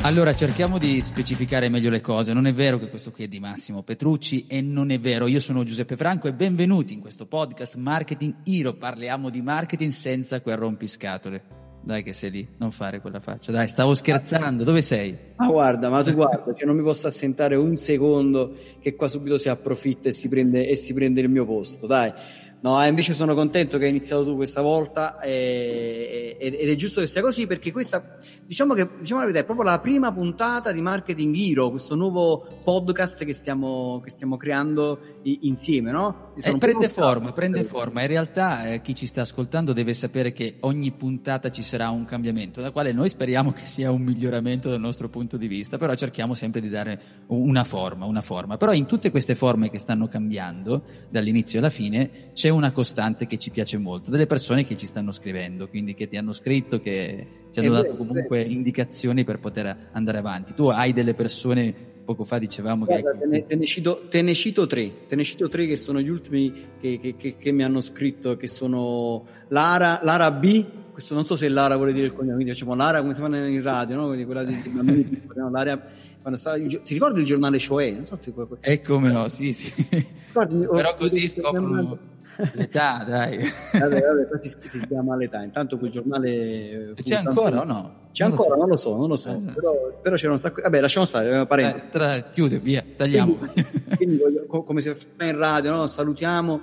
Allora, cerchiamo di specificare meglio le cose. Non è vero che questo qui è di Massimo Petrucci e non è vero. Io sono Giuseppe Franco e benvenuti in questo podcast Marketing Hero. Parliamo di marketing senza quel rompiscatole. Dai che sei lì, non fare quella faccia. Dai, stavo scherzando. Dove sei? Ma tu guarda, che non mi posso assentare un secondo che qua subito si approfitta e si prende il mio posto, dai. No, invece sono contento che hai iniziato tu questa volta ed è giusto che sia così, perché questa, diciamo la verità, è proprio la prima puntata di Marketing Hero, questo nuovo podcast che stiamo creando insieme, no? Prende forma. In realtà chi ci sta ascoltando deve sapere che ogni puntata ci sarà un cambiamento, da quale noi speriamo che sia un miglioramento dal nostro punto di vista, però cerchiamo sempre di dare una forma. Però in tutte queste forme che stanno cambiando dall'inizio alla fine c'è una costante che ci piace molto, delle persone che ci stanno scrivendo, quindi che ti hanno scritto, che ci hanno dato comunque indicazioni per poter andare avanti. Tu hai delle persone, poco fa dicevamo, guarda, te ne cito tre che sono gli ultimi che mi hanno scritto, che sono Lara B. Questo non so se Lara vuole dire il cognome, quindi facciamo Lara come si fa in radio, no? Quindi quella di Lara, ti ricordi il giornale Cioè? Non so se come no, sì. Guardi, però così scoprono l'età, dai. Vabbè, qua si schiama l'età. Intanto quel giornale c'è ancora o no? C'è ancora, non lo so. Però c'era un sacco. Vabbè, lasciamo stare, parentesi. Chiude, via, tagliamo. Quindi come si fa in radio, no? Salutiamo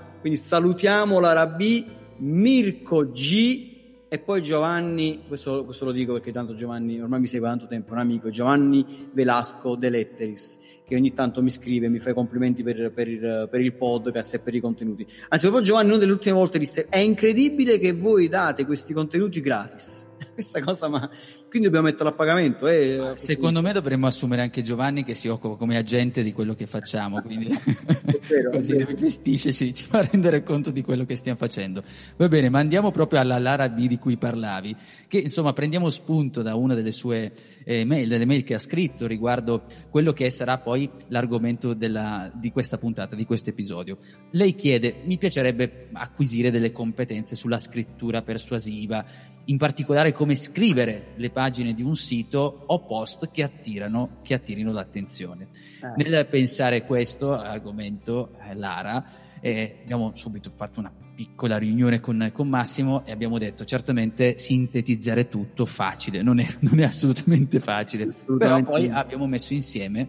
Lara B, Mirko G e poi Giovanni, questo lo dico perché tanto Giovanni ormai mi segue da tanto tempo, un amico, Giovanni Velasco De Letteris, che ogni tanto mi scrive, mi fa i complimenti per il podcast e per i contenuti. Anzi, proprio Giovanni, una delle ultime volte disse: è incredibile che voi date questi contenuti gratis. Questa cosa, ma quindi dobbiamo metterlo a pagamento. Secondo me dovremmo assumere anche Giovanni, che si occupa come agente di quello che facciamo, quindi così gestisce, ci fa rendere conto di quello che stiamo facendo. Va bene, ma andiamo proprio alla Lara B di cui parlavi, che insomma prendiamo spunto da una delle sue delle mail che ha scritto riguardo quello che sarà poi l'argomento di questa puntata, di questo episodio. Lei chiede: mi piacerebbe acquisire delle competenze sulla scrittura persuasiva, in particolare come scrivere le pagine di un sito o post che attirino l'attenzione. Nel pensare questo argomento, Lara, abbiamo subito fatto una piccola riunione con Massimo e abbiamo detto: certamente sintetizzare tutto facile, non è assolutamente facile, però poi abbiamo messo insieme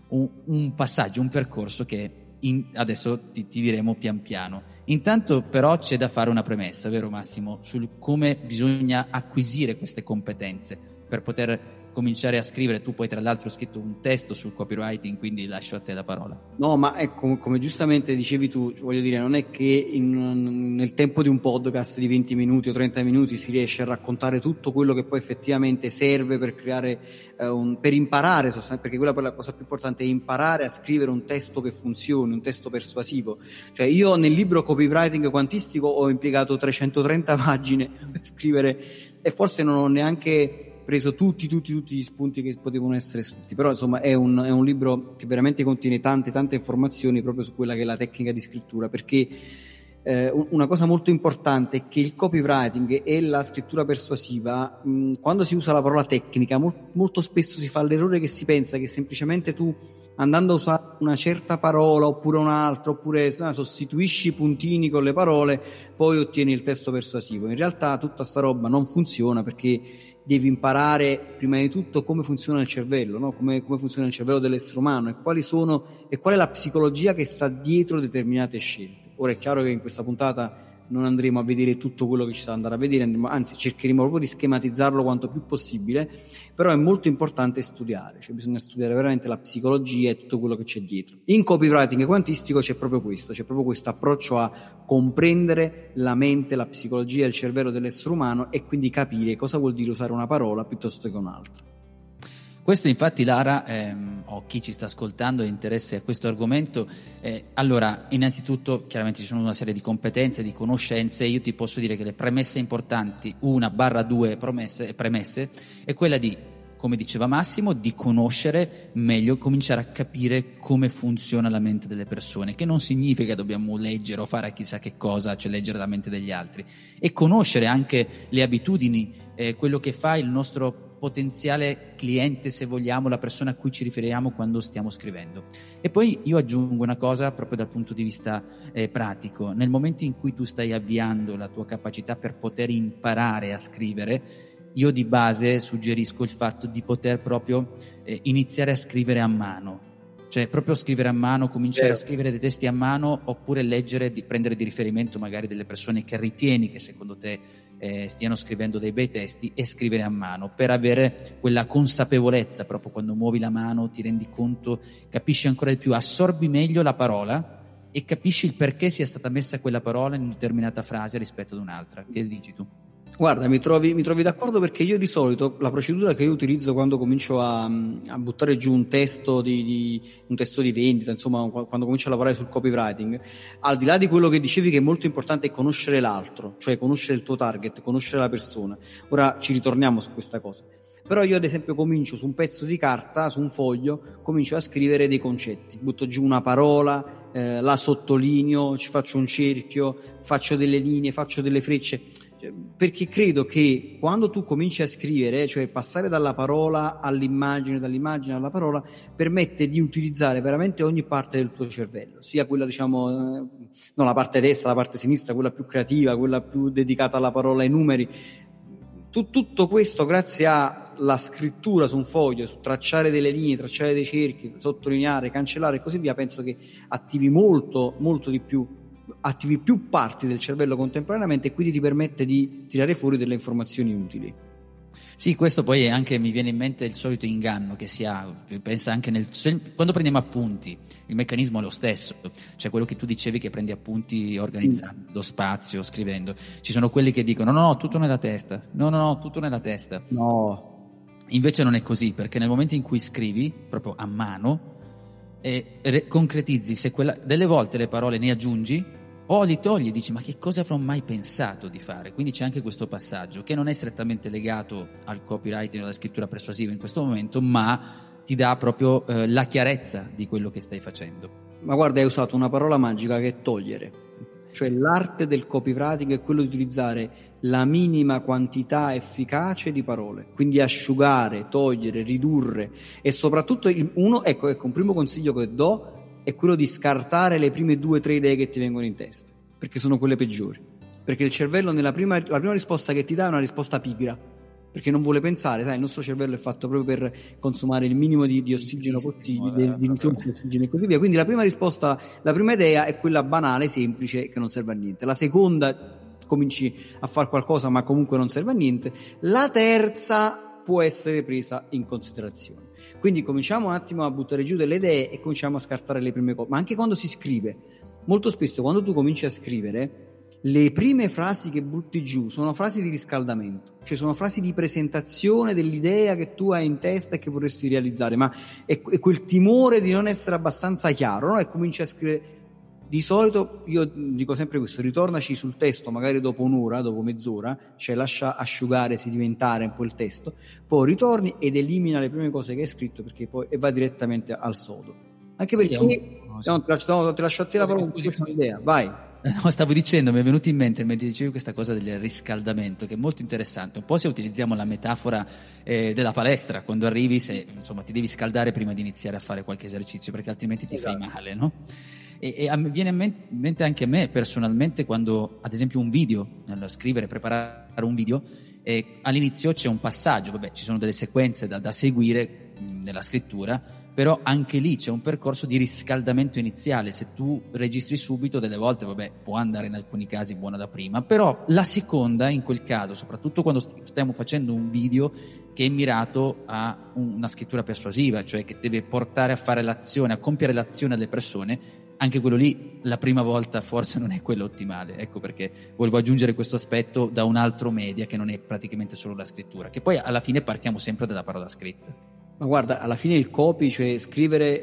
un passaggio, un percorso che adesso ti diremo pian piano. Intanto però c'è da fare una premessa, vero Massimo, sul come bisogna acquisire queste competenze per poter cominciare a scrivere. Tu poi tra l'altro hai scritto un testo sul copywriting, quindi lascio a te la parola. No, ma ecco, come giustamente dicevi tu, voglio dire, non è che nel tempo di un podcast di 20 minuti o 30 minuti si riesce a raccontare tutto quello che poi effettivamente serve per creare per imparare, perché quella poi la cosa più importante è imparare a scrivere un testo che funzioni, un testo persuasivo. Cioè io nel libro Copywriting Quantistico ho impiegato 330 pagine per scrivere e forse non ho neanche preso tutti gli spunti che potevano essere scritti, però insomma è un libro che veramente contiene tante informazioni proprio su quella che è la tecnica di scrittura, perché una cosa molto importante è che il copywriting e la scrittura persuasiva, quando si usa la parola tecnica, molto spesso si fa l'errore che si pensa che semplicemente tu, andando a usare una certa parola oppure un'altra, oppure sostituisci i puntini con le parole, poi ottieni il testo persuasivo. In realtà tutta sta roba non funziona, perché devi imparare prima di tutto come funziona il cervello, no? Come funziona il cervello dell'essere umano e qual è la psicologia che sta dietro determinate scelte. Ora è chiaro che in questa puntata non andremo a vedere tutto quello che ci sta da andare a vedere, anzi cercheremo proprio di schematizzarlo quanto più possibile, però è molto importante studiare, cioè bisogna studiare veramente la psicologia e tutto quello che c'è dietro. In copywriting quantistico c'è proprio questo approccio a comprendere la mente, la psicologia e il cervello dell'essere umano e quindi capire cosa vuol dire usare una parola piuttosto che un'altra. Questo infatti, Lara, o chi ci sta ascoltando e interesse a questo argomento, allora innanzitutto chiaramente ci sono una serie di competenze, di conoscenze. Io ti posso dire che le premesse importanti, 1/2 premesse, è quella di, come diceva Massimo, di conoscere meglio, cominciare a capire come funziona la mente delle persone, che non significa che dobbiamo leggere o fare chissà che cosa, cioè leggere la mente degli altri, e conoscere anche le abitudini, quello che fa il nostro potenziale cliente, se vogliamo, la persona a cui ci riferiamo quando stiamo scrivendo. E poi io aggiungo una cosa proprio dal punto di vista pratico. Nel momento in cui tu stai avviando la tua capacità per poter imparare a scrivere, io di base suggerisco il fatto di poter proprio iniziare a scrivere a mano. Cioè proprio scrivere a mano, cominciare a scrivere dei testi a mano, oppure leggere, prendere di riferimento magari delle persone che ritieni che secondo te stiano scrivendo dei bei testi, e scrivere a mano per avere quella consapevolezza. Proprio quando muovi la mano ti rendi conto, capisci ancora di più, assorbi meglio la parola e capisci il perché sia stata messa quella parola in una determinata frase rispetto ad un'altra. Che dici tu? Guarda, mi trovi d'accordo, perché io di solito la procedura che io utilizzo quando comincio a buttare giù un testo di vendita, insomma, quando comincio a lavorare sul copywriting, al di là di quello che dicevi che è molto importante, è conoscere l'altro, cioè conoscere il tuo target, conoscere la persona. Ora ci ritorniamo su questa cosa. Però io ad esempio comincio su un pezzo di carta, su un foglio, comincio a scrivere dei concetti, butto giù una parola, la sottolineo, ci faccio un cerchio, faccio delle linee, faccio delle frecce, perché credo che quando tu cominci a scrivere, cioè passare dalla parola all'immagine, dall'immagine alla parola, permette di utilizzare veramente ogni parte del tuo cervello, sia quella, diciamo, non la parte destra, la parte sinistra, quella più creativa, quella più dedicata alla parola, ai numeri. Tutto questo grazie alla scrittura su un foglio, su tracciare delle linee, tracciare dei cerchi, sottolineare, cancellare e così via. Penso che attivi molto di più, attivi più parti del cervello contemporaneamente, e quindi ti permette di tirare fuori delle informazioni utili. Sì, questo poi anche mi viene in mente il solito inganno che si ha, pensa anche quando prendiamo appunti, il meccanismo è lo stesso, cioè quello che tu dicevi, che prendi appunti organizzando lo spazio, scrivendo. Ci sono quelli che dicono no, tutto nella testa, no, tutto nella testa. No. Invece non è così, perché nel momento in cui scrivi, proprio a mano, concretizzi, delle volte le parole ne aggiungi, o li togli e dici ma che cosa avrò mai pensato di fare. Quindi c'è anche questo passaggio che non è strettamente legato al copywriting o alla scrittura persuasiva in questo momento, ma ti dà proprio la chiarezza di quello che stai facendo. Ma guarda, hai usato una parola magica che è togliere, cioè l'arte del copywriting è quello di utilizzare la minima quantità efficace di parole, quindi asciugare, togliere, ridurre, e soprattutto ecco un primo consiglio che do è quello di scartare le prime 2 o 3 idee che ti vengono in testa, perché sono quelle peggiori, perché il cervello la prima risposta che ti dà è una risposta pigra, perché non vuole pensare. Sai, il nostro cervello è fatto proprio per consumare il minimo di ossigeno possibile, di ossigeno e così via. Quindi la prima risposta, la prima idea è quella banale, semplice, che non serve a niente. La seconda, cominci a fare qualcosa ma comunque non serve a niente. La terza può essere presa in considerazione. Quindi cominciamo un attimo a buttare giù delle idee e cominciamo a scartare le prime cose. Ma anche quando si scrive, molto spesso quando tu cominci a scrivere, le prime frasi che butti giù sono frasi di riscaldamento, cioè sono frasi di presentazione dell'idea che tu hai in testa e che vorresti realizzare, ma è quel timore di non essere abbastanza chiaro, no? E cominci a scrivere. Di solito io dico sempre questo: ritornaci sul testo magari dopo un'ora, dopo mezz'ora, cioè lascia asciugare, sedimentare un po' il testo, poi ritorni ed elimina le prime cose che hai scritto, perché poi e va direttamente al sodo. Anche perché ti lascio a te la parola, un'idea, vai. No, stavo dicendo, mi è venuto in mente mentre dicevi questa cosa del riscaldamento, che è molto interessante. Un po' se utilizziamo la metafora della palestra, quando arrivi, se insomma ti devi scaldare prima di iniziare a fare qualche esercizio, perché altrimenti ti fai male, no? E viene in mente anche a me personalmente, quando ad esempio un video, nello scrivere, preparare un video, all'inizio c'è un passaggio, ci sono delle sequenze da seguire nella scrittura, però anche lì c'è un percorso di riscaldamento iniziale. Se tu registri subito, delle volte può andare in alcuni casi buona da prima, però la seconda, in quel caso, soprattutto quando stiamo facendo un video che è mirato a una scrittura persuasiva, cioè che deve portare a fare l'azione, a compiere l'azione alle persone, anche quello lì la prima volta forse non è quello ottimale. Ecco perché volevo aggiungere questo aspetto da un altro media che non è praticamente solo la scrittura, che poi alla fine partiamo sempre dalla parola scritta. Ma guarda, alla fine il copy, cioè scrivere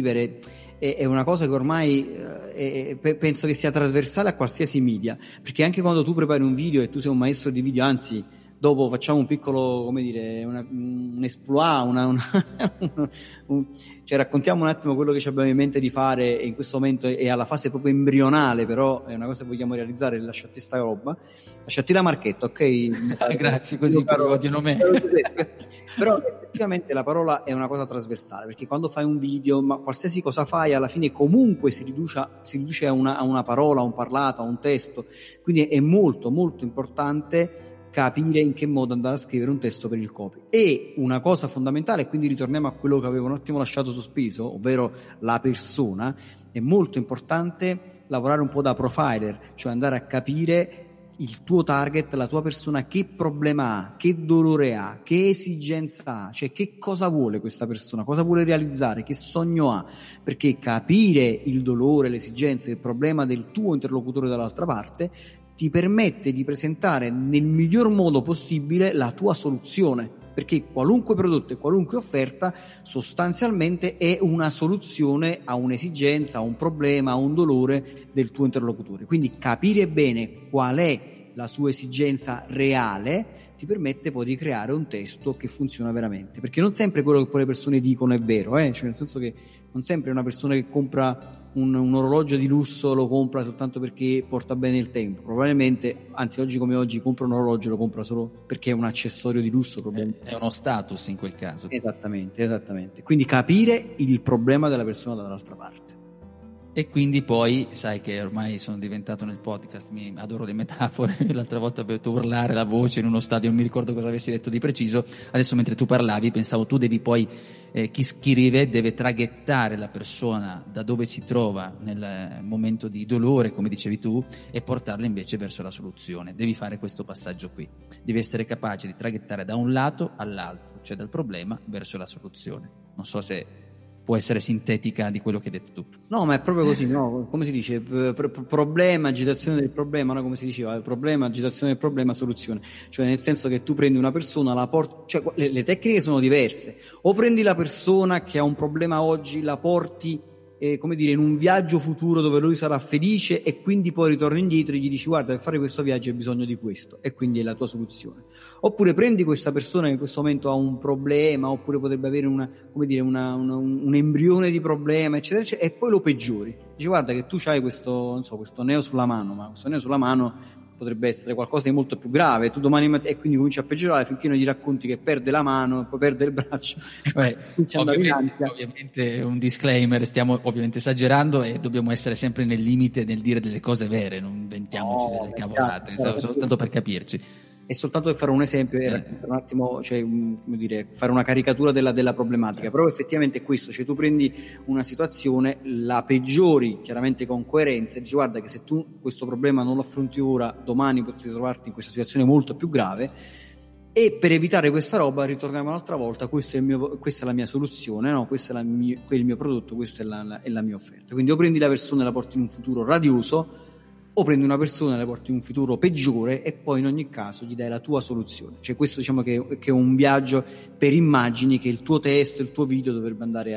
è una cosa che ormai penso che sia trasversale a qualsiasi media, perché anche quando tu prepari un video e tu sei un maestro di video, anzi dopo facciamo un piccolo, come dire, un exploit, cioè raccontiamo un attimo quello che ci abbiamo in mente di fare, e in questo momento è alla fase proprio embrionale, però è una cosa che vogliamo realizzare, lasciate sta roba, lasciati la marchetta, ok? Grazie, così poi odiano me. Però effettivamente la parola è una cosa trasversale, perché quando fai un video, ma qualsiasi cosa fai, alla fine comunque si riduce a una parola, a un parlato, a un testo, quindi è molto molto importante capire in che modo andare a scrivere un testo per il copy. E una cosa fondamentale, quindi ritorniamo a quello che avevo un attimo lasciato sospeso, ovvero la persona, è molto importante lavorare un po' da profiler, cioè andare a capire il tuo target, la tua persona, che problema ha, che dolore ha, che esigenza ha, cioè che cosa vuole questa persona, cosa vuole realizzare, che sogno ha, perché capire il dolore, l'esigenza, il problema del tuo interlocutore dall'altra parte ti permette di presentare nel miglior modo possibile la tua soluzione, perché qualunque prodotto e qualunque offerta sostanzialmente è una soluzione a un'esigenza, a un problema, a un dolore del tuo interlocutore. Quindi capire bene qual è la sua esigenza reale ti permette poi di creare un testo che funziona veramente, perché non sempre quello che poi le persone dicono è vero, cioè nel senso che non sempre una persona che compra un orologio di lusso lo compra soltanto perché porta bene il tempo, probabilmente, anzi oggi come oggi compra un orologio, lo compra solo perché è un accessorio di lusso, è uno status in quel caso. Esattamente, quindi capire il problema della persona dall'altra parte. E quindi poi, sai che ormai sono diventato nel podcast, mi adoro le metafore, l'altra volta avevo detto urlare la voce in uno stadio, non mi ricordo cosa avessi detto di preciso, adesso mentre tu parlavi pensavo tu devi poi, chi scrive deve traghettare la persona da dove si trova nel momento di dolore, come dicevi tu, e portarla invece verso la soluzione, devi fare questo passaggio qui, devi essere capace di traghettare da un lato all'altro, cioè dal problema verso la soluzione. Non so se può essere sintetica di quello che hai detto tu. No, ma è proprio così, no? Come si dice? Problema, agitazione del problema, no? Come si diceva? Problema, agitazione del problema, soluzione. Cioè nel senso che tu prendi una persona, la porti, cioè le tecniche sono diverse. O prendi la persona che ha un problema oggi, la porti come dire, in un viaggio futuro dove lui sarà felice, e quindi poi ritorni indietro e gli dici guarda, per fare questo viaggio hai bisogno di questo, e quindi è la tua soluzione. Oppure prendi questa persona che in questo momento ha un problema, oppure potrebbe avere un embrione di problema, eccetera, eccetera, e poi lo peggiori. Dici guarda che tu c'hai questo neo sulla mano, ma questo neo sulla mano potrebbe essere qualcosa di molto più grave, tu domani mattina, e quindi cominci a peggiorare finché non gli racconti che perde la mano, poi perde il braccio. Ovviamente un disclaimer, stiamo ovviamente esagerando e dobbiamo essere sempre nel limite nel dire delle cose vere, non inventiamoci delle cavolate, soltanto per capirci. È soltanto per fare un esempio e un attimo, cioè, come dire, fare una caricatura della problematica, però effettivamente è questo, cioè tu prendi una situazione, la peggiori chiaramente con coerenza e dici guarda che se tu questo problema non lo affronti ora, domani potresti trovarti in questa situazione molto più grave, e per evitare questa roba ritorniamo un'altra volta, questa è la mia soluzione, no? Questo è il mio prodotto, questa è la mia offerta. Quindi o prendi la persona e la porti in un futuro radioso, o prendi una persona e la porti in un futuro peggiore, e poi in ogni caso gli dai la tua soluzione. Cioè questo diciamo che è un viaggio per immagini che il tuo testo, il tuo video dovrebbe andare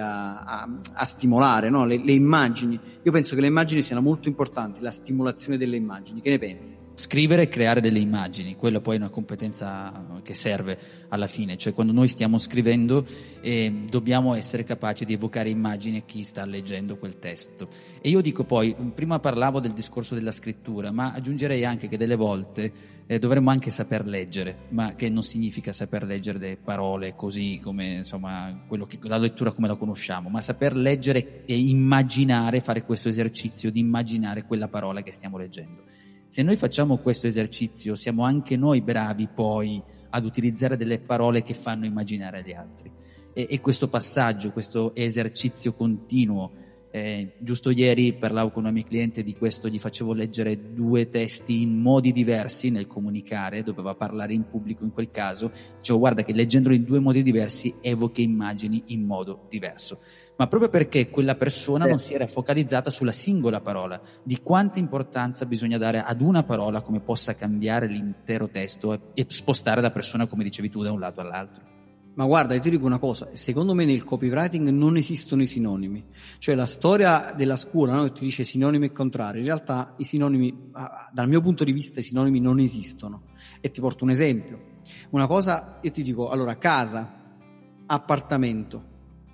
a stimolare, no? Le immagini. Io penso che le immagini siano molto importanti, la stimolazione delle immagini. Che ne pensi? Scrivere e creare delle immagini, quella poi è una competenza che serve alla fine, cioè quando noi stiamo scrivendo dobbiamo essere capaci di evocare immagini a chi sta leggendo quel testo. E io dico poi, prima parlavo del discorso della scrittura, ma aggiungerei anche che delle volte dovremmo anche saper leggere, ma che non significa saper leggere delle parole così come insomma la lettura come la conosciamo, ma saper leggere e immaginare, fare questo esercizio di immaginare quella parola che stiamo leggendo. Se noi facciamo questo esercizio, siamo anche noi bravi poi ad utilizzare delle parole che fanno immaginare agli altri. E questo passaggio, questo esercizio continuo, giusto ieri parlavo con un mio cliente di questo, gli facevo leggere 2 testi in modi diversi nel comunicare, doveva parlare in pubblico in quel caso, dicevo guarda che leggendolo in 2 modi diversi evoca immagini in modo diverso. Ma proprio perché quella persona non si era focalizzata sulla singola parola, di quanta importanza bisogna dare ad una parola come possa cambiare l'intero testo e spostare la persona, come dicevi tu, da un lato all'altro. Ma guarda, io ti dico una cosa, secondo me nel copywriting non esistono i sinonimi, cioè la storia della scuola, no, che ti dice sinonimi e contrari, in realtà i sinonimi, dal mio punto di vista i sinonimi non esistono, e ti porto un esempio. Una cosa, io ti dico, allora, casa, appartamento,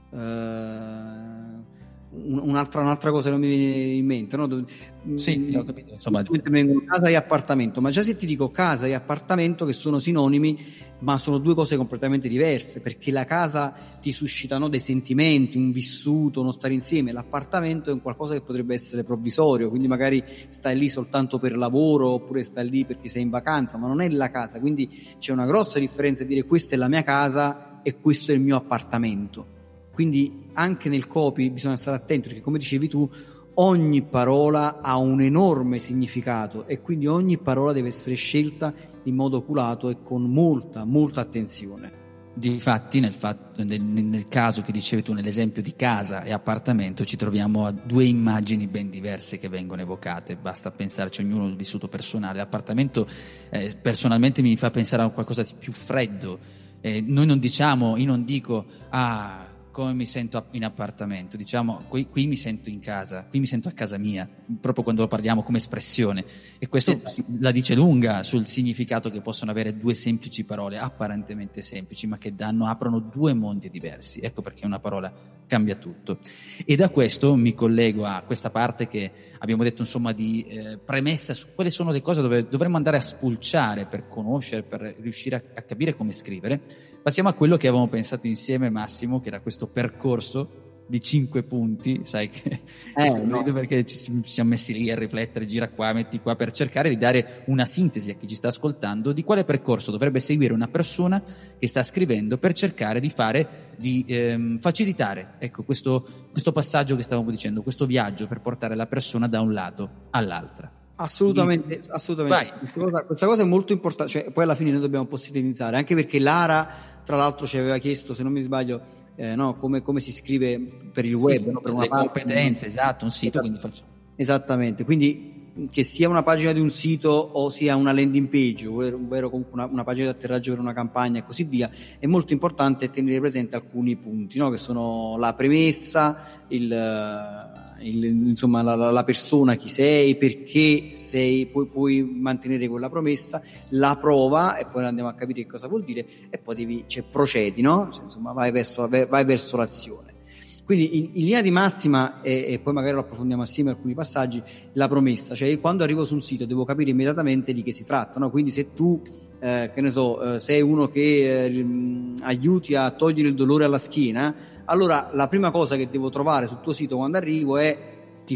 un'altra cosa che non mi viene in mente, no? Sì, ho capito, insomma. Vengono casa e appartamento, ma già se ti dico casa e appartamento, che sono sinonimi, ma sono due cose completamente diverse, perché la casa ti suscita, no, dei sentimenti, un vissuto, uno stare insieme. L'appartamento è un qualcosa che potrebbe essere provvisorio, quindi magari stai lì soltanto per lavoro, oppure stai lì perché sei in vacanza, ma non è la casa. Quindi c'è una grossa differenza di dire questa è la mia casa e questo è il mio appartamento. Quindi anche nel copy bisogna stare attenti, perché come dicevi tu, ogni parola ha un enorme significato e quindi ogni parola deve essere scelta in modo oculato e con molta attenzione. Difatti nel caso che dicevi tu, nell'esempio di casa e appartamento, ci troviamo a due immagini ben diverse che vengono evocate, basta pensarci, ognuno il vissuto personale. L'appartamento personalmente mi fa pensare a qualcosa di più freddo. Noi non diciamo, io non dico come mi sento in appartamento, diciamo qui mi sento in casa, qui mi sento a casa mia, proprio quando lo parliamo come espressione, e questo la dice lunga sul significato che possono avere due semplici parole apparentemente semplici, ma che aprono due mondi diversi. Ecco perché una parola cambia tutto. E da questo mi collego a questa parte che abbiamo detto, insomma, di premessa su quali sono le cose dove dovremmo andare a spulciare per conoscere, per riuscire a capire come scrivere. Passiamo a quello che avevamo pensato insieme, Massimo, che era questo percorso di 5 punti, sai che sorrido perché ci siamo messi lì a riflettere, gira qua, metti qua, per cercare di dare una sintesi a chi ci sta ascoltando di quale percorso dovrebbe seguire una persona che sta scrivendo per cercare di facilitare, ecco, questo passaggio che stavamo dicendo, questo viaggio per portare la persona da un lato all'altra. Assolutamente. Questa cosa è molto importante, cioè, poi alla fine noi dobbiamo un po' sintetizzare, anche perché Lara, tra l'altro, ci aveva chiesto, se non mi sbaglio, come si scrive per il web, sì, no? Per le competenze, esatto, un sito, quindi facciamo. Esattamente, quindi che sia una pagina di un sito o sia una landing page, ovvero comunque una pagina di atterraggio per una campagna e così via, è molto importante tenere presente alcuni punti, no? Che sono la premessa, insomma la persona, chi sei, perché sei, puoi mantenere quella promessa, la prova, e poi andiamo a capire che cosa vuol dire, e poi procedi, no? Cioè, insomma, vai verso l'azione. Quindi in linea di massima, e poi magari lo approfondiamo assieme alcuni passaggi, la promessa, cioè quando arrivo su un sito devo capire immediatamente di che si tratta, no? Quindi se tu sei uno che aiuti a togliere il dolore alla schiena, allora la prima cosa che devo trovare sul tuo sito quando arrivo è ti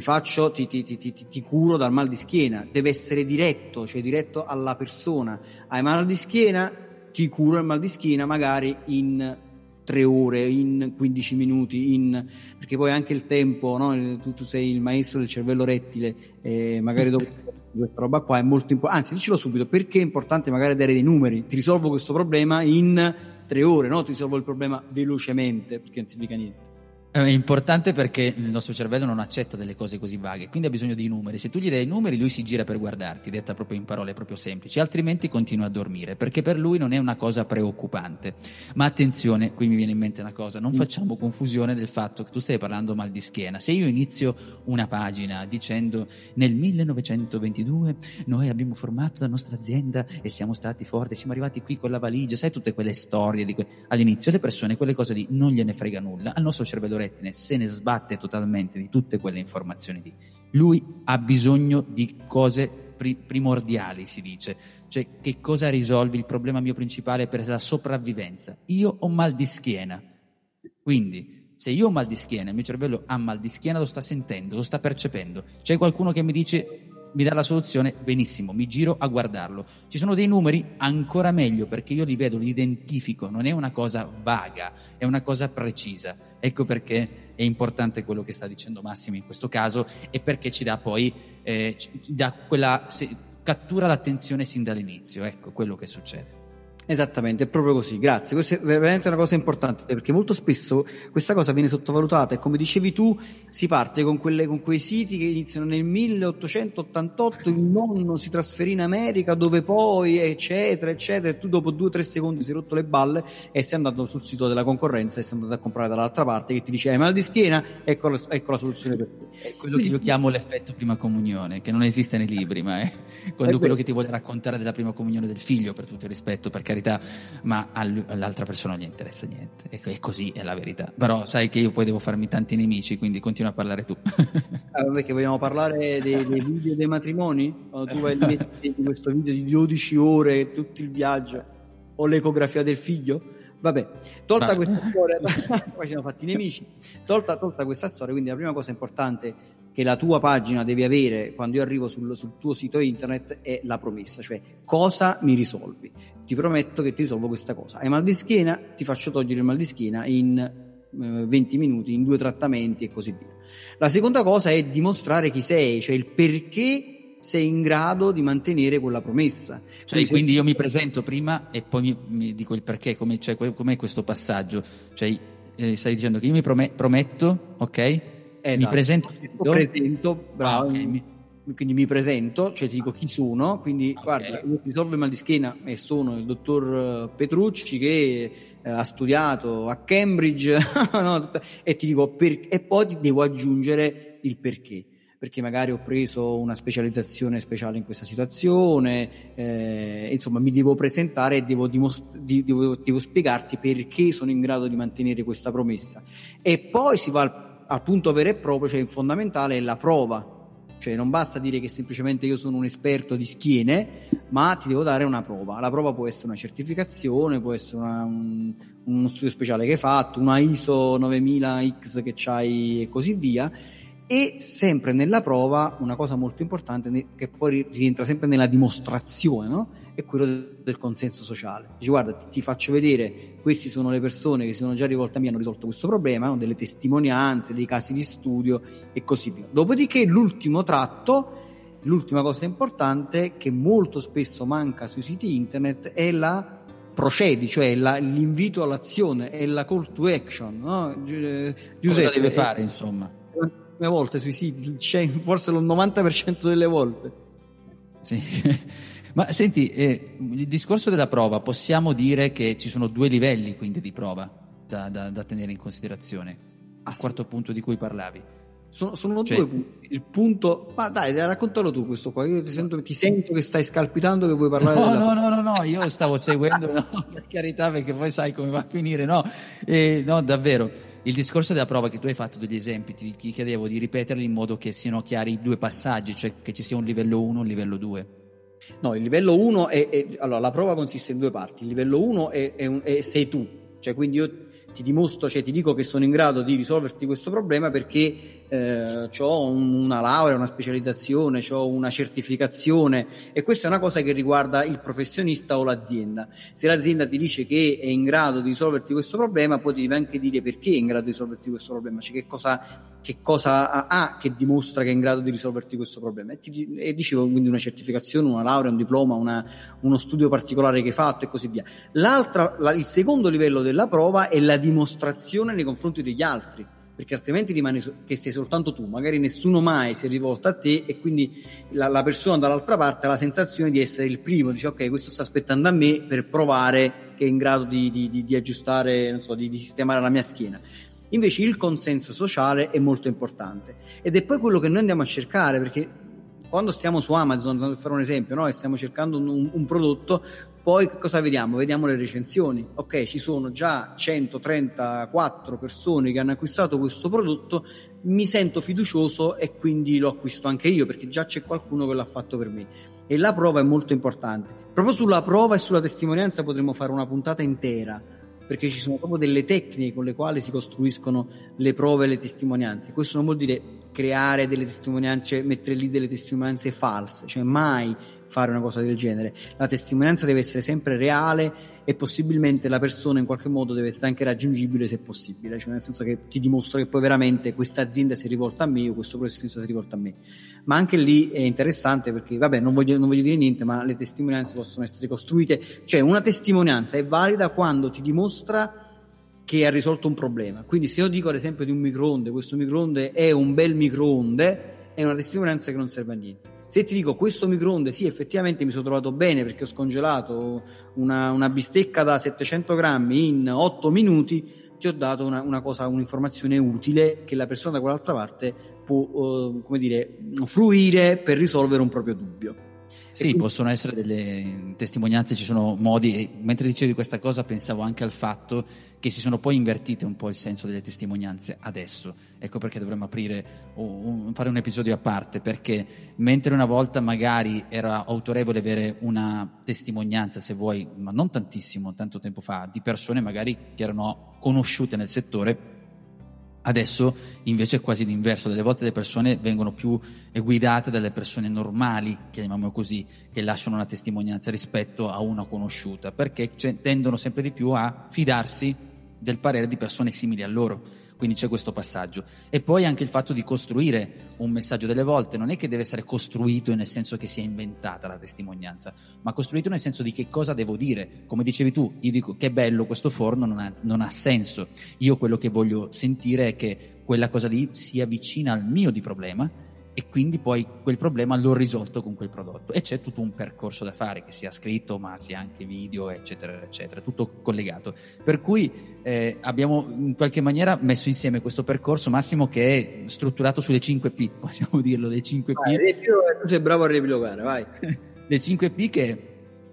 curo dal mal di schiena. Deve essere diretto, cioè diretto alla persona. Hai mal di schiena, ti curo il mal di schiena magari in 3 ore, in 15 minuti, perché poi anche il tempo, no? Tu sei il maestro del cervello rettile, magari dopo questa roba qua è molto importante. Anzi, dicelo subito, perché è importante magari dare dei numeri. Ti risolvo questo problema in 3 ore, no? Ti risolvo il problema velocemente, perché non significa niente. È importante perché il nostro cervello non accetta delle cose così vaghe, quindi ha bisogno di numeri. Se tu gli dai i numeri, lui si gira per guardarti, detta proprio in parole proprio semplici, altrimenti continua a dormire, perché per lui non è una cosa preoccupante. Ma attenzione, qui mi viene in mente una cosa, non facciamo confusione del fatto che tu stai parlando mal di schiena. Se io inizio una pagina dicendo nel 1922 noi abbiamo formato la nostra azienda e siamo stati forti, siamo arrivati qui con la valigia, sai, tutte quelle storie all'inizio le persone quelle cose lì non gliene frega nulla, al nostro cervello se ne sbatte totalmente di tutte quelle informazioni lì. Lui ha bisogno di cose primordiali, si dice, cioè che cosa risolvi il problema mio principale per la sopravvivenza. Io ho mal di schiena, quindi se io ho mal di schiena, il mio cervello ha mal di schiena, lo sta sentendo, lo sta percependo. C'è qualcuno che mi dice, mi dà la soluzione, benissimo, mi giro a guardarlo. Ci sono dei numeri, ancora meglio, perché io li vedo, li identifico, non è una cosa vaga, è una cosa precisa. Ecco perché è importante quello che sta dicendo Massimo in questo caso, e perché ci dà poi cattura l'attenzione sin dall'inizio. Ecco quello che succede. Esattamente, è proprio così, grazie. Questa è veramente una cosa importante, perché molto spesso questa cosa viene sottovalutata, e come dicevi tu si parte con quei siti che iniziano nel 1888, il nonno si trasferì in America, dove poi eccetera eccetera, e tu dopo 2 o 3 secondi sei rotto le balle e sei andato sul sito della concorrenza e sei andato a comprare dall'altra parte, che ti dice hai mal di schiena, ecco la soluzione per te. È quello che io chiamo l'effetto prima comunione, che non esiste nei libri, ma è quello che ti vuole raccontare della prima comunione del figlio, per tutto il rispetto, perché carità, ma all'altra persona non gli interessa niente, e così è la verità. Però sai che io poi devo farmi tanti nemici, quindi continua a parlare tu. Perché vogliamo parlare dei video dei matrimoni? Quando tu vai a mettere questo video di 12 ore, tutto il viaggio, o l'ecografia del figlio? Vabbè, tolta questa storia, poi siamo fatti nemici. Tolta questa storia, quindi la prima cosa importante che la tua pagina devi avere quando io arrivo sul tuo sito internet è la promessa, cioè cosa mi risolvi. Ti prometto che ti risolvo questa cosa. Hai mal di schiena? Ti faccio togliere il mal di schiena in 20 minuti, in 2 trattamenti e così via. La seconda cosa è dimostrare chi sei, cioè il perché sei in grado di mantenere quella promessa. Quindi io mi presento prima e poi mi dico il perché, com'è questo passaggio. Stai dicendo che io mi prometto, ok? Esatto. Mi presento, bravo. Okay. Quindi mi presento, cioè ti dico chi sono, quindi guarda, io risolvo il mal di schiena e sono il dottor Petrucci che ha studiato a Cambridge e ti dico e poi ti devo aggiungere il perché magari ho preso una specializzazione speciale in questa situazione, insomma mi devo presentare e devo spiegarti perché sono in grado di mantenere questa promessa. E poi si va al punto vero e proprio, cioè il fondamentale è la prova. Cioè non basta dire che semplicemente io sono un esperto di schiene, ma ti devo dare una prova. La prova può essere una certificazione, può essere uno studio speciale che hai fatto, una ISO 9000X che c'hai e così via. E sempre nella prova una cosa molto importante che poi rientra sempre nella dimostrazione, no? È quello del consenso sociale. Dici guarda, ti faccio vedere, queste sono le persone che si sono già rivolte a me e hanno risolto questo problema, hanno delle testimonianze, dei casi di studio e così via. Dopodiché l'ultima cosa importante che molto spesso manca sui siti internet è la procedi, cioè l'invito all'azione, è la call to action, no? Giuseppe, cosa deve fare, insomma? Volte sui siti c'è forse il 90% delle volte. Sì. Ma senti, il discorso della prova, possiamo dire che ci sono 2 livelli quindi di prova da tenere in considerazione, al quarto punto di cui parlavi. Sono 2 punti. Il punto, ma dai, raccontalo tu questo qua. Io ti sento che stai scalpitando, che vuoi parlare no, io stavo seguendo, per carità, perché poi sai come va a finire, no, davvero. Il discorso della prova, che tu hai fatto degli esempi, ti chiedevo di ripeterli in modo che siano chiari i 2 passaggi, cioè che ci sia un livello 1 e un livello 2. No, il livello 1 allora la prova consiste in 2 parti. Il livello 1 sei tu, cioè quindi io ti dimostro, cioè ti dico che sono in grado di risolverti questo problema perché ho una laurea, una specializzazione, ho una certificazione, e questa è una cosa che riguarda il professionista o l'azienda. Se l'azienda ti dice che è in grado di risolverti questo problema, poi ti deve anche dire perché è in grado di risolverti questo problema, cioè che cosa ha che dimostra che è in grado di risolverti questo problema. E dicevo, quindi una certificazione, una laurea, un diploma, uno studio particolare che hai fatto e così via. Il secondo livello della prova è la dimostrazione nei confronti degli altri, perché altrimenti rimane che sei soltanto tu, magari nessuno mai si è rivolto a te, e quindi la persona dall'altra parte ha la sensazione di essere il primo, dice ok, questo sta aspettando a me per provare che è in grado di aggiustare, non so, di sistemare la mia schiena. Invece il consenso sociale è molto importante, ed è poi quello che noi andiamo a cercare, perché quando stiamo su Amazon, per fare un esempio, no? E stiamo cercando un prodotto, poi cosa vediamo? Vediamo le recensioni. Ok, ci sono già 134 persone che hanno acquistato questo prodotto, mi sento fiducioso e quindi lo acquisto anche io, perché già c'è qualcuno che l'ha fatto per me. E la prova è molto importante. Proprio sulla prova e sulla testimonianza potremmo fare una puntata intera, perché ci sono proprio delle tecniche con le quali si costruiscono le prove e le testimonianze. Questo non vuol dire creare delle testimonianze, mettere lì delle testimonianze false, cioè mai fare una cosa del genere. La testimonianza deve essere sempre reale, e possibilmente la persona in qualche modo deve essere anche raggiungibile se possibile, cioè nel senso che ti dimostro che poi veramente questa azienda si è rivolta a me o questo professionista si è rivolto a me. Ma anche lì è interessante, perché vabbè, non voglio dire niente, ma le testimonianze possono essere costruite, cioè una testimonianza è valida quando ti dimostra che ha risolto un problema. Quindi se io dico ad esempio di un microonde, questo microonde è un bel microonde, è una testimonianza che non serve a niente. Se ti dico questo microonde sì, effettivamente mi sono trovato bene perché ho scongelato una bistecca da 700 grammi in 8 minuti, ti ho dato un'informazione utile che la persona da quell'altra parte può fruire per risolvere un proprio dubbio. Sì, possono essere delle testimonianze, ci sono modi, e mentre dicevi questa cosa pensavo anche al fatto che si sono poi invertite un po' il senso delle testimonianze adesso. Ecco perché dovremmo aprire fare un episodio a parte, perché mentre una volta magari era autorevole avere una testimonianza, se vuoi, ma non tantissimo, tanto tempo fa, di persone magari che erano conosciute nel settore, adesso invece è quasi l'inverso. Delle volte le persone vengono più guidate dalle persone normali, chiamiamolo così, che lasciano una testimonianza rispetto a una conosciuta, perché tendono sempre di più a fidarsi del parere di persone simili a loro. Quindi c'è questo passaggio. E poi anche il fatto di costruire un messaggio. Delle volte non è che deve essere costruito nel senso che sia inventata la testimonianza, ma costruito nel senso di che cosa devo dire. Come dicevi tu, io dico che bello questo forno, non ha senso. Io quello che voglio sentire è che quella cosa lì sia vicina al mio di problema, e quindi poi quel problema l'ho risolto con quel prodotto. E c'è tutto un percorso da fare, che sia scritto ma sia anche video, eccetera eccetera, tutto collegato. Per cui abbiamo in qualche maniera messo insieme questo percorso, Massimo, che è strutturato sulle 5P, possiamo dirlo, le 5P. Tu sei bravo a riepilogare, vai. Le 5P che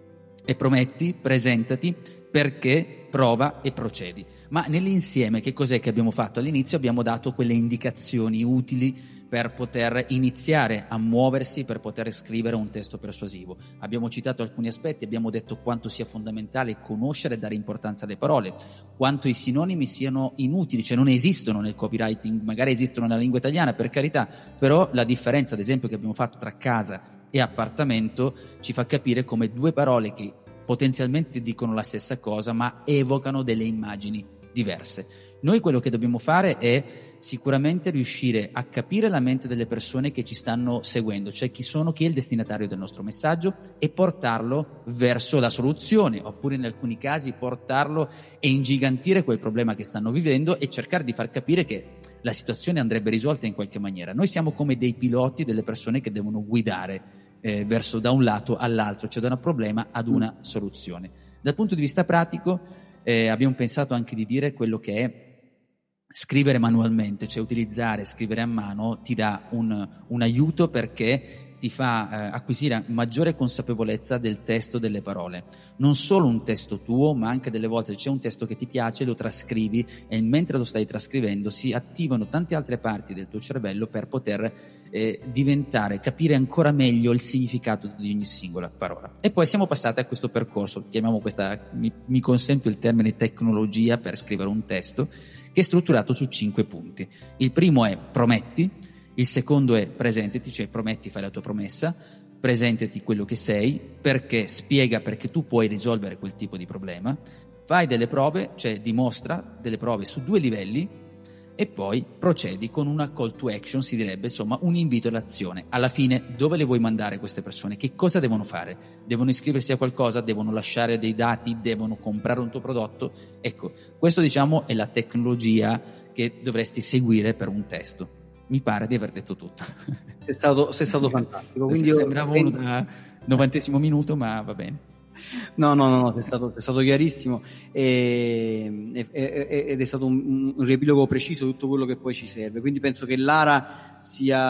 è prometti, presentati, perché, prova e procedi. Ma nell'insieme che cos'è che abbiamo fatto? All'inizio abbiamo dato quelle indicazioni utili per poter iniziare a muoversi, per poter scrivere un testo persuasivo. Abbiamo citato alcuni aspetti, abbiamo detto quanto sia fondamentale conoscere e dare importanza alle parole, quanto i sinonimi siano inutili, cioè non esistono nel copywriting, magari esistono nella lingua italiana, per carità, però la differenza, ad esempio, che abbiamo fatto tra casa e appartamento ci fa capire come due parole che potenzialmente dicono la stessa cosa ma evocano delle immagini diverse. Noi quello che dobbiamo fare è sicuramente riuscire a capire la mente delle persone che ci stanno seguendo, cioè chi è il destinatario del nostro messaggio, e portarlo verso la soluzione, oppure in alcuni casi portarlo e ingigantire quel problema che stanno vivendo e cercare di far capire che la situazione andrebbe risolta in qualche maniera. Noi siamo come dei piloti, delle persone che devono guidare verso da un lato all'altro, cioè da un problema ad una soluzione. Dal punto di vista pratico abbiamo pensato anche di dire quello che è scrivere manualmente, cioè scrivere a mano ti dà un aiuto, perché ti fa acquisire maggiore consapevolezza del testo delle parole. Non solo un testo tuo, ma anche delle volte c'è un testo che ti piace, lo trascrivi, e mentre lo stai trascrivendo si attivano tante altre parti del tuo cervello per poter capire ancora meglio il significato di ogni singola parola. E poi siamo passati a questo percorso, chiamiamo mi consento il termine tecnologia per scrivere un testo, che è strutturato su 5 punti. Il primo è prometti, il secondo è presentati, cioè prometti, fai la tua promessa, presentati quello che sei, perché spiega perché tu puoi risolvere quel tipo di problema, fai delle prove, cioè dimostra delle prove su 2 livelli, e poi procedi con una call to action, si direbbe, insomma un invito all'azione. Alla fine dove le vuoi mandare queste persone? Che cosa devono fare? Devono iscriversi a qualcosa? Devono lasciare dei dati? Devono comprare un tuo prodotto? Ecco, questo diciamo è la tecnologia che dovresti seguire per un testo. Mi pare di aver detto tutto. Sei stato fantastico. Quindi sembrava uno da 90° minuto, ma va bene. No, sei stato chiarissimo ed è stato un riepilogo preciso di tutto quello che poi ci serve. Quindi penso che Lara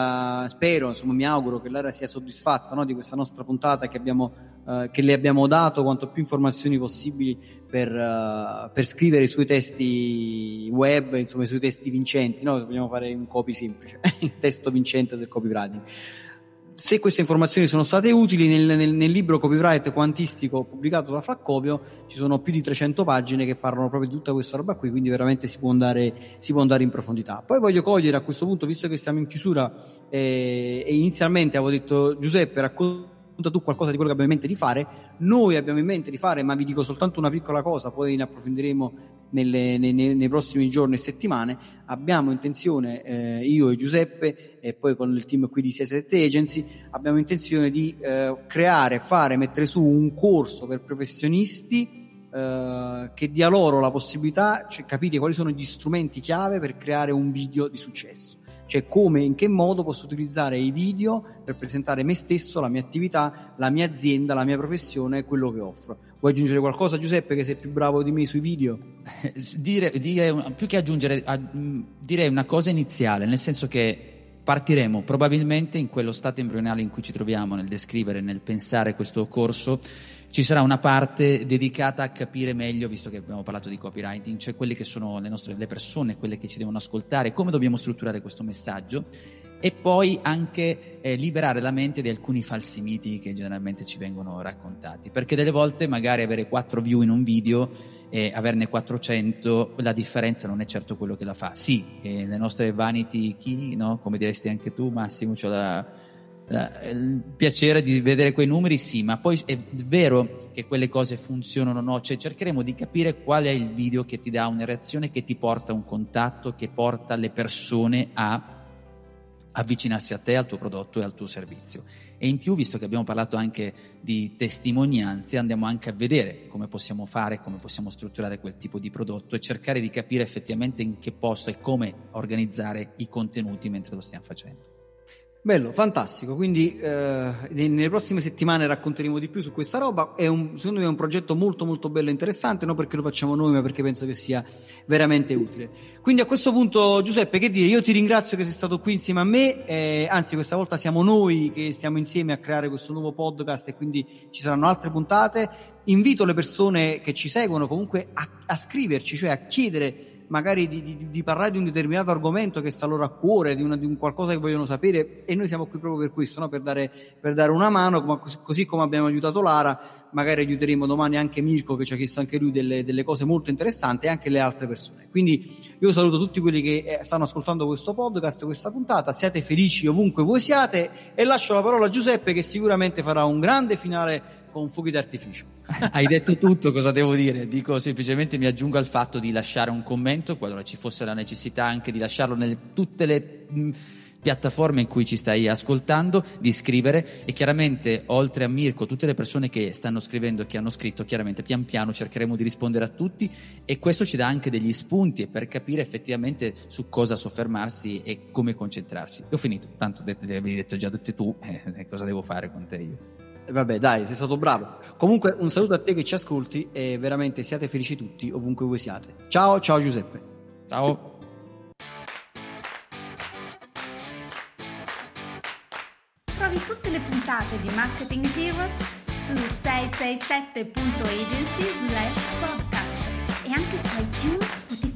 mi auguro che Lara sia soddisfatta, no, di questa nostra puntata, che le abbiamo dato quanto più informazioni possibili per scrivere i suoi testi web, insomma i suoi testi vincenti, no? Vogliamo fare un copy semplice, il testo vincente del copywriting. Se queste informazioni sono state utili, nel libro Copyright Quantistico pubblicato da Flaccovio ci sono più di 300 pagine che parlano proprio di tutta questa roba qui, quindi veramente si può andare in profondità. Poi voglio cogliere a questo punto, visto che siamo in chiusura e inizialmente avevo detto: Giuseppe, racconta tu qualcosa di quello che abbiamo in mente di fare. Noi abbiamo in mente di fare, ma vi dico soltanto una piccola cosa, poi ne approfondiremo nei prossimi giorni e settimane. Abbiamo intenzione, io e Giuseppe, e poi con il team qui di 67 Agency, abbiamo intenzione di mettere su un corso per professionisti che dia loro la possibilità, cioè capire quali sono gli strumenti chiave per creare un video di successo. Cioè in che modo posso utilizzare i video per presentare me stesso, la mia attività, la mia azienda, la mia professione, quello che offro. Vuoi aggiungere qualcosa, Giuseppe, che sei più bravo di me sui video? Più che aggiungere, direi una cosa iniziale, nel senso che partiremo probabilmente in quello stato embrionale in cui ci troviamo nel descrivere, nel pensare questo corso. Ci sarà una parte dedicata a capire meglio, visto che abbiamo parlato di copywriting, cioè quelle che sono le persone, quelle che ci devono ascoltare, come dobbiamo strutturare questo messaggio, e poi anche liberare la mente di alcuni falsi miti che generalmente ci vengono raccontati, perché delle volte magari avere 4 view in un video e averne 400, la differenza non è certo quello che la fa. Sì, le nostre vanity key, no? Come diresti anche tu, Massimo, cioè il piacere di vedere quei numeri, sì, ma poi è vero che quelle cose funzionano o no, cioè cercheremo di capire qual è il video che ti dà una reazione, che ti porta a un contatto, che porta le persone a avvicinarsi a te, al tuo prodotto e al tuo servizio. E in più, visto che abbiamo parlato anche di testimonianze, andiamo anche a vedere come possiamo fare, come possiamo strutturare quel tipo di prodotto e cercare di capire effettivamente in che posto e come organizzare i contenuti mentre lo stiamo facendo. Bello, fantastico, quindi nelle prossime settimane racconteremo di più su questa roba. Secondo me è un progetto molto molto bello e interessante, non perché lo facciamo noi, ma perché penso che sia veramente utile. Quindi a questo punto, Giuseppe, che dire, io ti ringrazio che sei stato qui insieme a me, anzi questa volta siamo noi che stiamo insieme a creare questo nuovo podcast e quindi ci saranno altre puntate. Invito le persone che ci seguono comunque a scriverci, cioè a chiedere magari di parlare di un determinato argomento che sta loro a cuore, di un qualcosa che vogliono sapere, e noi siamo qui proprio per questo, no? Per dare una mano, così come abbiamo aiutato Lara, magari aiuteremo domani anche Mirko, che ci ha chiesto anche lui delle cose molto interessanti, e anche le altre persone. Quindi io saluto tutti quelli che stanno ascoltando questo podcast, questa puntata, siate felici ovunque voi siate, e lascio la parola a Giuseppe, che sicuramente farà un grande finale con fuochi d'artificio. Hai detto tutto, cosa devo dire? Dico semplicemente, mi aggiungo al fatto di lasciare un commento qualora ci fosse la necessità anche di lasciarlo nelle tutte le piattaforme in cui ci stai ascoltando, di scrivere, e chiaramente oltre a Mirko, tutte le persone che stanno scrivendo e che hanno scritto, chiaramente pian piano cercheremo di rispondere a tutti, e questo ci dà anche degli spunti per capire effettivamente su cosa soffermarsi e come concentrarsi. Ho finito, tanto avevi detto già tutte tu, cosa devo fare con te io? Vabbè, dai, sei stato bravo. Comunque un saluto a te che ci ascolti, e veramente siate felici tutti ovunque voi siate. Ciao Giuseppe. Ciao. Trovi tutte le puntate di Marketing Heroes su 667.agency/podcast e anche su iTunes, Spotify